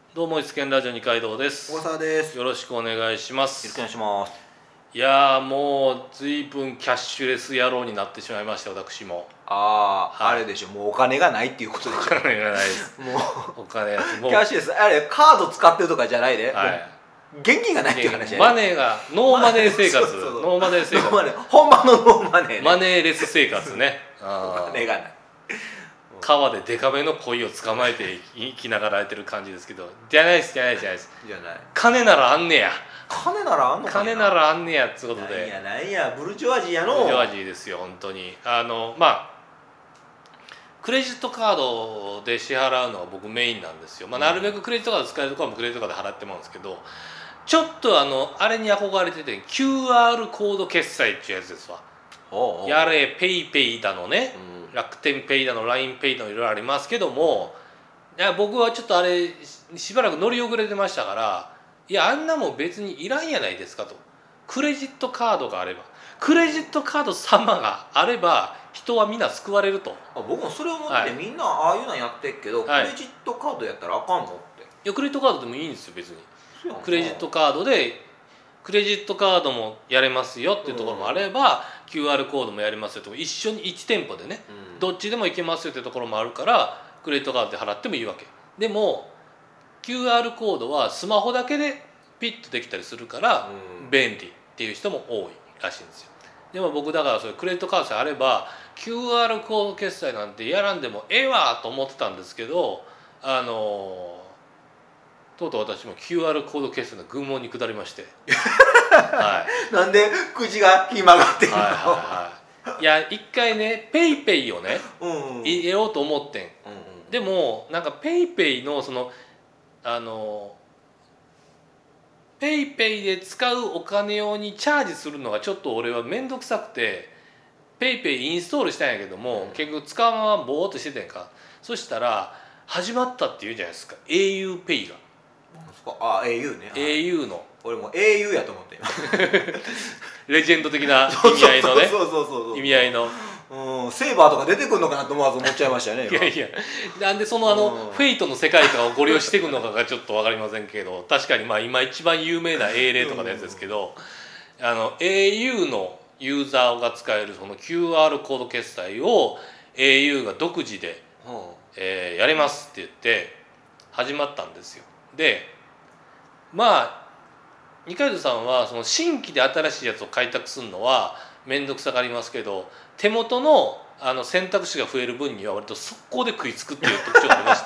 どうも、一見ラジオ二階堂です。 小笠です。 よろしくお願いします。 よろしくお願いします。 いやー、もう随分キャッシュレス野郎になってしまいました。私も。 はい、 あれでしょ、もうお金がないっていうことでしょ。 お金がないです。 もうお金がキャッシュレス、あれカード使ってるとかじゃないで、 はい、 現金がないっていう話やね。 マネーがノーマネー生活、ノーマネー生活、 本場のノーマネー、ね、 マネーレス生活ね。 お金がない。 川でデカめの鯉を捕まえて生きながらやってる感じですけど、じゃないです。金ならあんねや。 金ならあんのかな。 金ならあんねやっつうことで。 なんやブルジョワジーやの。 ブルジョワジーですよ、本当に。クレジットカードで支払うのが僕メインなんですよ。なるべくクレジットカード使えるところはクレジットカードで払ってもらうんですけど、ちょっとあれに憧れてて QR コード決済っていうやつですわ。やれペイペイだのね、楽天ペイだの LINE ペイだのいろいろありますけども、いや僕はちょっとあれしばらく乗り遅れてましたから、いやあんなもん別にいらんやないですかと。クレジットカードがあれば、クレジットカード様があれば人はみんな救われると。 僕もそれを思って、みんなああいうのやってるけど、クレジットカードやったらあかんのって。 いやクレジットカードでもいいんですよ別に。クレジットカードでクレジットカードもやれますよっていうところもあれば、QR コードもやりますよと一緒に1店舗でね、どっちでもいけますよっていうところもあるからクレジットカードで払ってもいいわけでも QR コードはスマホだけでピッとできたりするから便利っていう人も多いらしいんですよ。でも僕だからそれクレジットカードさえあれば QR コード決済なんてやらんでもええわと思ってたんですけど、とうとう私も QR コード決済の群門に下りましてはい、 なんで口がひまがってんの。 いや一回ねペイペイをね、入れようと思ってん、でもなんかペイペイのそのペイペイで使うお金用にチャージするのがちょっと俺は面倒くさくてペイペイインストールしたんやけども、結局使うままボーっとしててんか。そしたら始まったって言うじゃないですか au ペイが。 au ね。 au の俺も au やと思って今レジェンド的な意味合いのね意味合いのセーバーとか出てくるのかなと思わず思っちゃいましたね。 いやいや、なんでそのフェイトの世界観をご利用してくるのかがちょっと分かりませんけど、確かに今一番有名な英霊とかのやつですけど、au のユーザーが使えるその QR コード決済を au が独自で、やりますって言って始まったんですよ。で二階堂さんはその新規で新しいやつを開拓するのは面倒くさがりますけど、手元の選択肢が増える分には割と速攻で食いつくっていう特徴がありまして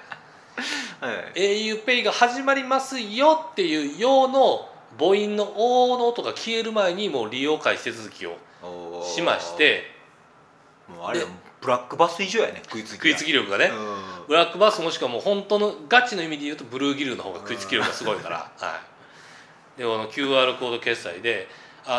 、auPay が始まりますよっていう用の母音の「お」の音が消える前にもう利用開始手続きをしまして、 もうあれブラックバス以上やね、食いつき力がね、ブラックバスもしくはもう本当のガチの意味で言うとブルーギルの方が食いつき力がすごいから、でQR コード決済で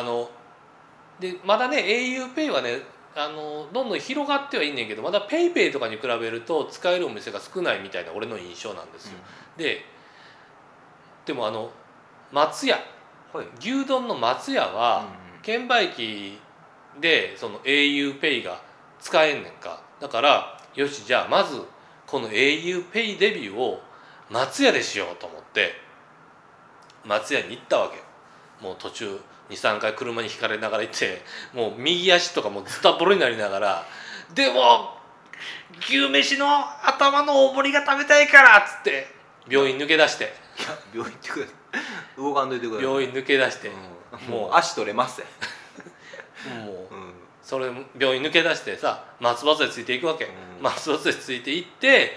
まだね auPay はねどんどん広がってはいんねんけど、まだ PayPay とかに比べると使えるお店が少ないみたいな俺の印象なんですよ。でも松屋、牛丼の松屋は券売機でその auPay が使えんねんか。だからよし、じゃあまずこの auPay デビューを松屋でしようと思って松屋に行ったわけ。もう途中 2,3 回車にひかれながら行って、もう右足とかもズタボロになりながら、でも牛飯の頭の大盛りが食べたいからっつって病院抜け出して、 病院ってください、動かんといてください。 病院抜け出して、 もう足取れますねもう、それ病院抜け出してさ、松葉杖ついていくわけ、松葉杖ついていって、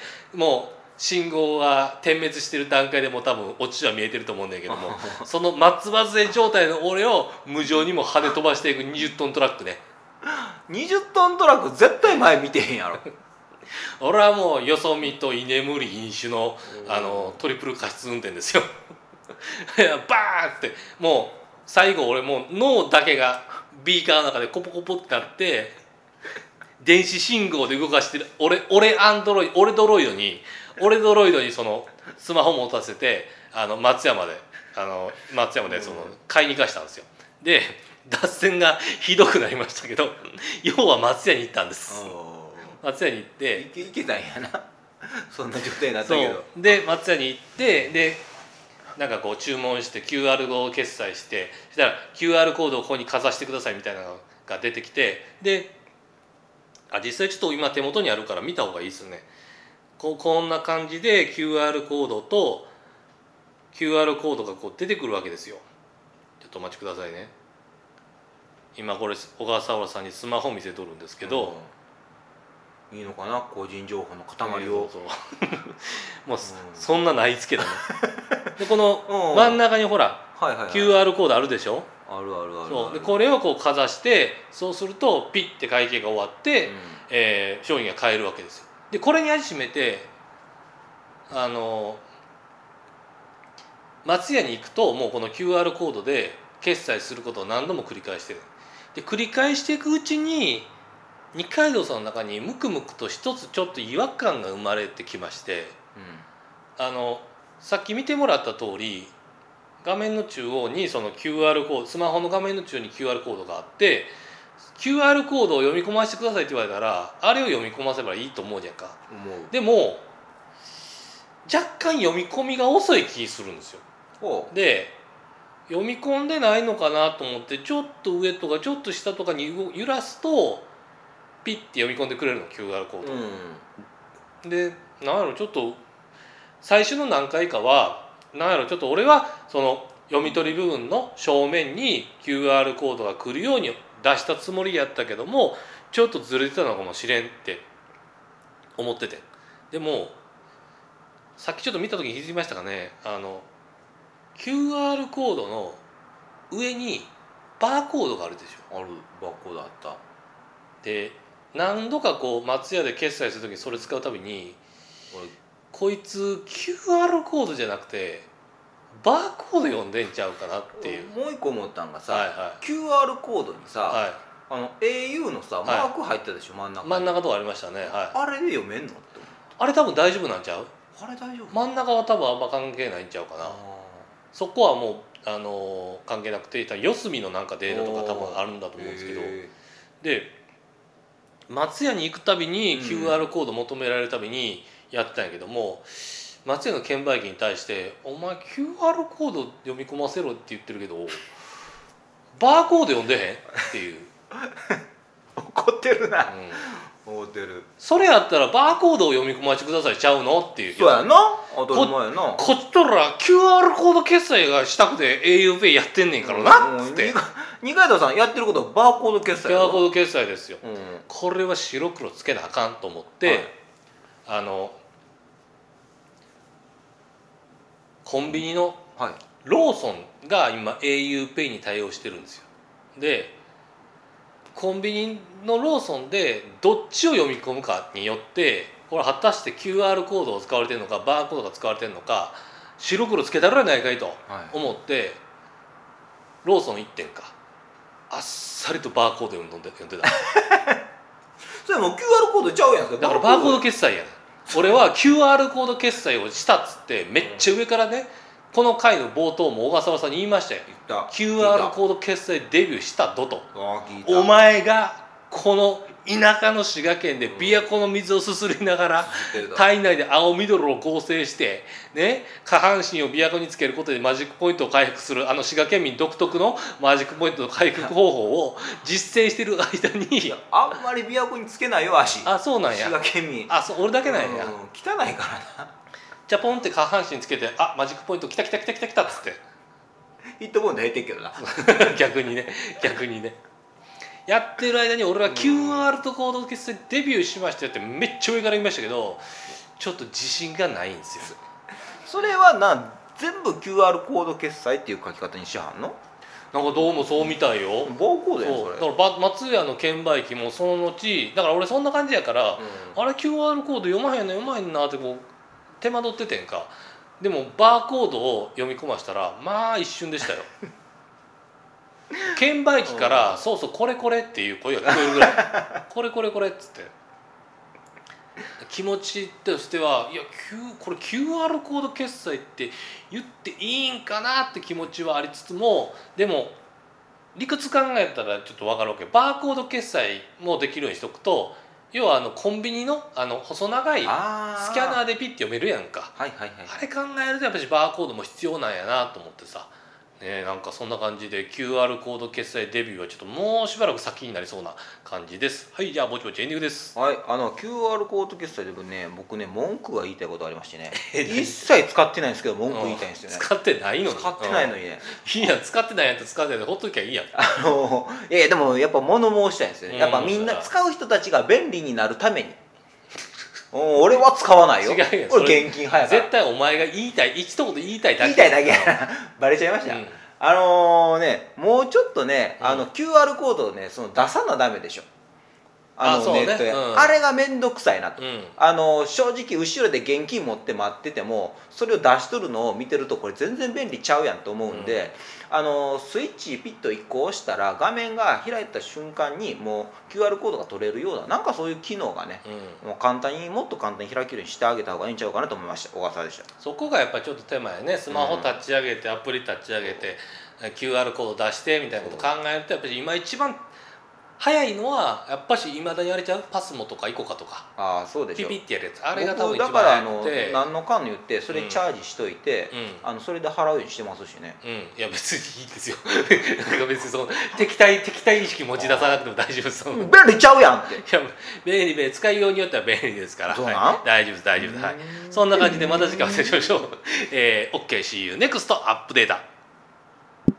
もう信号が点滅してる段階でもう多分オチは見えてると思うんだけどもその松葉杖状態の俺を無情にも跳ね飛ばしていく20トントラックね。 20トントラック絶対前見てへんやろ俺はもうよそ見と居眠り飲酒のトリプル過失運転ですよバーンってもう最後俺もう脳だけがビーカーの中でコポコポってなって、電子信号で動かしてる俺ドロイドにそのスマホ持たせて松山でその買いに行かしたんですよ。で脱線がひどくなりましたけど要は松屋に行ったんです。松屋に行って行けたんやな。 そんな状態になったけど。 で松屋に行ってでなんかこう注文して QR コード決済してそしたら QR コードをここにかざしてくださいみたいなのが出てきてで実際ちょっと今手元にあるから見た方がいいですね。こんな感じで QR コードと QR コードがこう出てくるわけですよ。ちょっとお待ちくださいね。今これ小笠原さんにスマホ見せとるんですけど、 いいのかな個人情報の塊を、 もうそんなないですけどねでこの真ん中にほら、QR コードあるでしょ。 あるあるある。 そうでこれをこうかざしてそうするとピッて会計が終わって、商品が買えるわけですよ。でこれに始めて松屋に行くともうこの QR コードで決済することを何度も繰り返してる。で繰り返していくうちに二階堂さんの中にムクムクと一つちょっと違和感が生まれてきまして、さっき見てもらった通り画面の中央にその QR コードスマホの画面の中央に QR コードがあって QR コードを読み込ませてくださいって言われたらあれを読み込ませばいいと思うじゃんか。でも若干読み込みが遅い気するんですよ。で読み込んでないのかなと思ってちょっと上とかちょっと下とかに揺らすとピッて読み込んでくれるの QR コード、でなんやろちょっと最初の何回かはなんやろちょっと俺はその読み取り部分の正面に QR コードが来るように出したつもりやったけどもちょっとずれてたのかもしれんって思ってて、でもさっきちょっと見た時に気づきましたかね。QR コードの上にバーコードがあるでしょ。 あるバーコードあった。 で何度かこう松屋で決済する時にそれ使うたびにこいつ QR コードじゃなくてバーコード読んでんちゃうかなっていう。 もう一個思ったんがさ、QR コードにさ、au のさマーク入ったでしょ、真ん中とかありましたね、 あれで読めんのって思って。 あれ多分大丈夫なんちゃう。 あれ大丈夫。 真ん中は多分あんま関係ないんちゃうかな。そこはもう関係なくて四隅のなんかデータとか多分あるんだと思うんですけど、で松屋に行くたびに QR コード求められるたびにやってたんやけども、松屋の券売機に対して「お前 QR コード読み込ませろ」って言ってるけどバーコード読んでへんっていう怒ってるな、怒ってる。それやったらバーコードを読み込ませてくださいちゃうのっていう。 そうやな、当たり前やな。 こっちとら QR コード決済がしたくて auPay やってんねんからなっつって。 二階堂さんやってることはバーコード決済。 バーコード決済ですよ、これは白黒つけなあかんと思って、コンビニのローソンが今 auPay に対応してるんですよ。でコンビニのローソンでどっちを読み込むかによってこれ果たして QR コードを使われてるのかバーコードが使われてるのか白黒つけたらないかいと思って、ローソン1点かあっさりとバーコード読んでたそれもう QR コードちゃうやん。 だからバーコード決済やねん。俺は QR コード決済をしたっつってめっちゃ上からね、この回の冒頭も小笠原さんに言いましたよ。QR コード決済デビューしたどと。お前がこの田舎の滋賀県で琵琶湖の水をすすりながら体内で青緑を構成してね、下半身を琵琶湖につけることでマジックポイントを回復する滋賀県民独特のマジックポイントの回復方法を実践している間にあんまり琵琶湖につけないよ足。 あ、そうなんや。 滋賀県民。 そう俺だけなんや。 汚いからな。 じゃあポンって下半身つけてマジックポイントきたきたきたきたきたっつってヒットポイント減ってんけどな逆にねやってる間に俺は QR コード決済デビューしましたよってめっちゃ上から言いましたけどちょっと自信がないんですよ。 それは全部 QR コード決済っていう書き方にしはんの？ なんかどうもそうみたいよ。 バーコードやんそれ。 だから松屋の券売機もその後だから俺そんな感じやから、あれ QR コード読まへんなってこう手間取っててんか。でもバーコードを読み込ましたらまあ一瞬でしたよ券売機からそうそうこれこれっていう声が聞こえるぐらいこれこれこれっつって気持ちとしてはいやこれ QR コード決済って言っていいんかなって気持ちはありつつもでも理屈考えたらちょっと分かるわけ。バーコード決済もできるようにしとくと要はコンビニの細長いスキャナーでピッて読めるやんか。 はいはいはい、 あれ考えるとやっぱりバーコードも必要なんやなと思ってさ、ね、なんかそんな感じで QR コード決済デビューはちょっともうしばらく先になりそうな感じです。はい、じゃあぼちぼちエンディングです。 はい、QR コード決済でもね、僕ね文句が言いたいことありましてね一切使ってないんですけど文句言いたいんですよね。 使ってないのに。 使ってないのにね、 いいやん、使ってないやんと使ってないのほっときゃいいやん。 いやでもやっぱ物申したいんですよね。やっぱみんな使う人たちが便利になるために俺は使わないよ。俺現金早く。 絶対お前が言いたい一言言いたいだけ。 言いたいだけバレちゃいました、もうちょっとね、QR コードをねその出さなダメでしょ。ネットや、あれが面倒くさいなと、正直後ろで現金持って待っててもそれを出しとるのを見てるとこれ全然便利ちゃうやんと思うんで、スイッチピッと1個押したら画面が開いた瞬間にもう QR コードが取れるようななんかそういう機能がね、もっと簡単に開けるようにしてあげた方がいいんちゃうかなと思いました。小笠原でした。 そこがやっぱちょっと手前ね、スマホ立ち上げて、アプリ立ち上げて QR コード出してみたいなこと考えるとやっぱり今一番早いのはやっぱしいまだにあれちゃうパスモとかイコカとか、 そうでしょ、 ピピってやるやつ、あれが多分一番だから早くて、 何のかんの言ってそれチャージしといて、それで払うようにしてますしね。 いや別にいいですよなんか別にその敵対意識持ち出さなくても大丈夫です。 便利ちゃうやんって。いや便利使いようによっては便利ですから、 そうなん、 大丈夫です大丈夫です。はい、そんな感じでまた次回お会いしましょう。OK see you next アップデート。